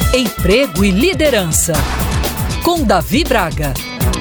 Emprego e Liderança, com Davi Braga.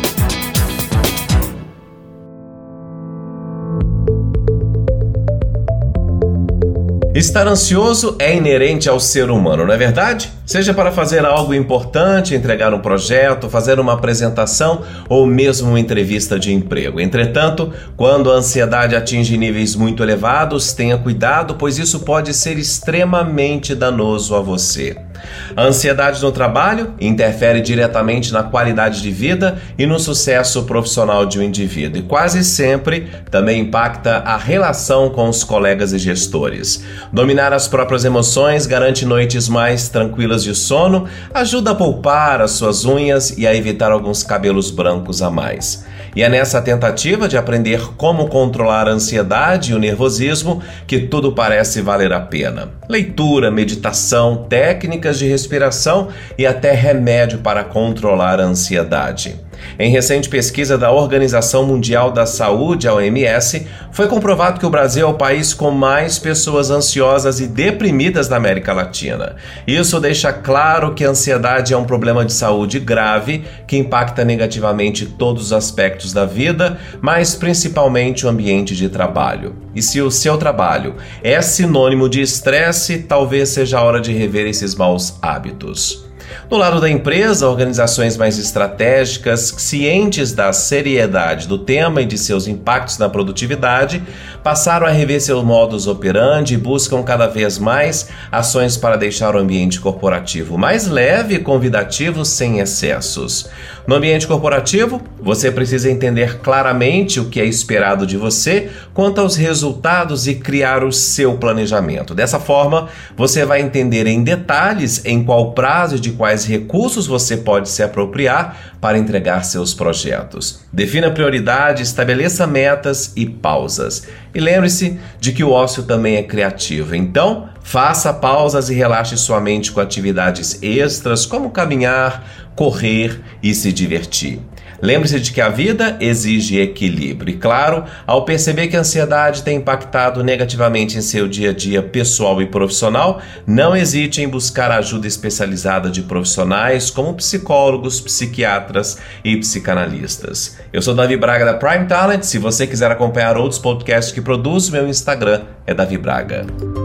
Estar ansioso é inerente ao ser humano, não é verdade? Seja para fazer algo importante, entregar um projeto, fazer uma apresentação ou mesmo uma entrevista de emprego. Entretanto, quando a ansiedade atinge níveis muito elevados, tenha cuidado, pois isso pode ser extremamente danoso a você. A ansiedade no trabalho interfere diretamente na qualidade de vida e no sucesso profissional de um indivíduo e quase sempre também impacta a relação com os colegas e gestores. Dominar as próprias emoções garante noites mais tranquilas de sono, ajuda a poupar as suas unhas e a evitar alguns cabelos brancos a mais. E é nessa tentativa de aprender como controlar a ansiedade e o nervosismo que tudo parece valer a pena. Leitura, meditação, técnicas de respiração e até remédio para controlar a ansiedade. Em recente pesquisa da Organização Mundial da Saúde, a OMS, foi comprovado que o Brasil é o país com mais pessoas ansiosas e deprimidas da América Latina. Isso deixa claro que a ansiedade é um problema de saúde grave que impacta negativamente todos os aspectos da vida, mas principalmente o ambiente de trabalho. E se o seu trabalho é sinônimo de estresse, talvez seja a hora de rever esses maus hábitos. Do lado da empresa, organizações mais estratégicas, cientes da seriedade do tema e de seus impactos na produtividade, passaram a rever seus modus operandi e buscam cada vez mais ações para deixar o ambiente corporativo mais leve e convidativo sem excessos. No ambiente corporativo, você precisa entender claramente o que é esperado de você quanto aos resultados e criar o seu planejamento. Dessa forma, você vai entender em detalhes em qual prazo e de quais recursos você pode se apropriar para entregar seus projetos. Defina prioridades, estabeleça metas e pausas. E lembre-se de que o ócio também é criativo. Então, faça pausas e relaxe sua mente com atividades extras como caminhar, correr e se divertir. Lembre-se de que a vida exige equilíbrio. E claro, ao perceber que a ansiedade tem impactado negativamente em seu dia a dia pessoal e profissional, não hesite em buscar ajuda especializada de profissionais como psicólogos, psiquiatras e psicanalistas. Eu sou Davi Braga da Prime Talent. Se você quiser acompanhar outros podcasts que produzo, meu Instagram é Davi Braga.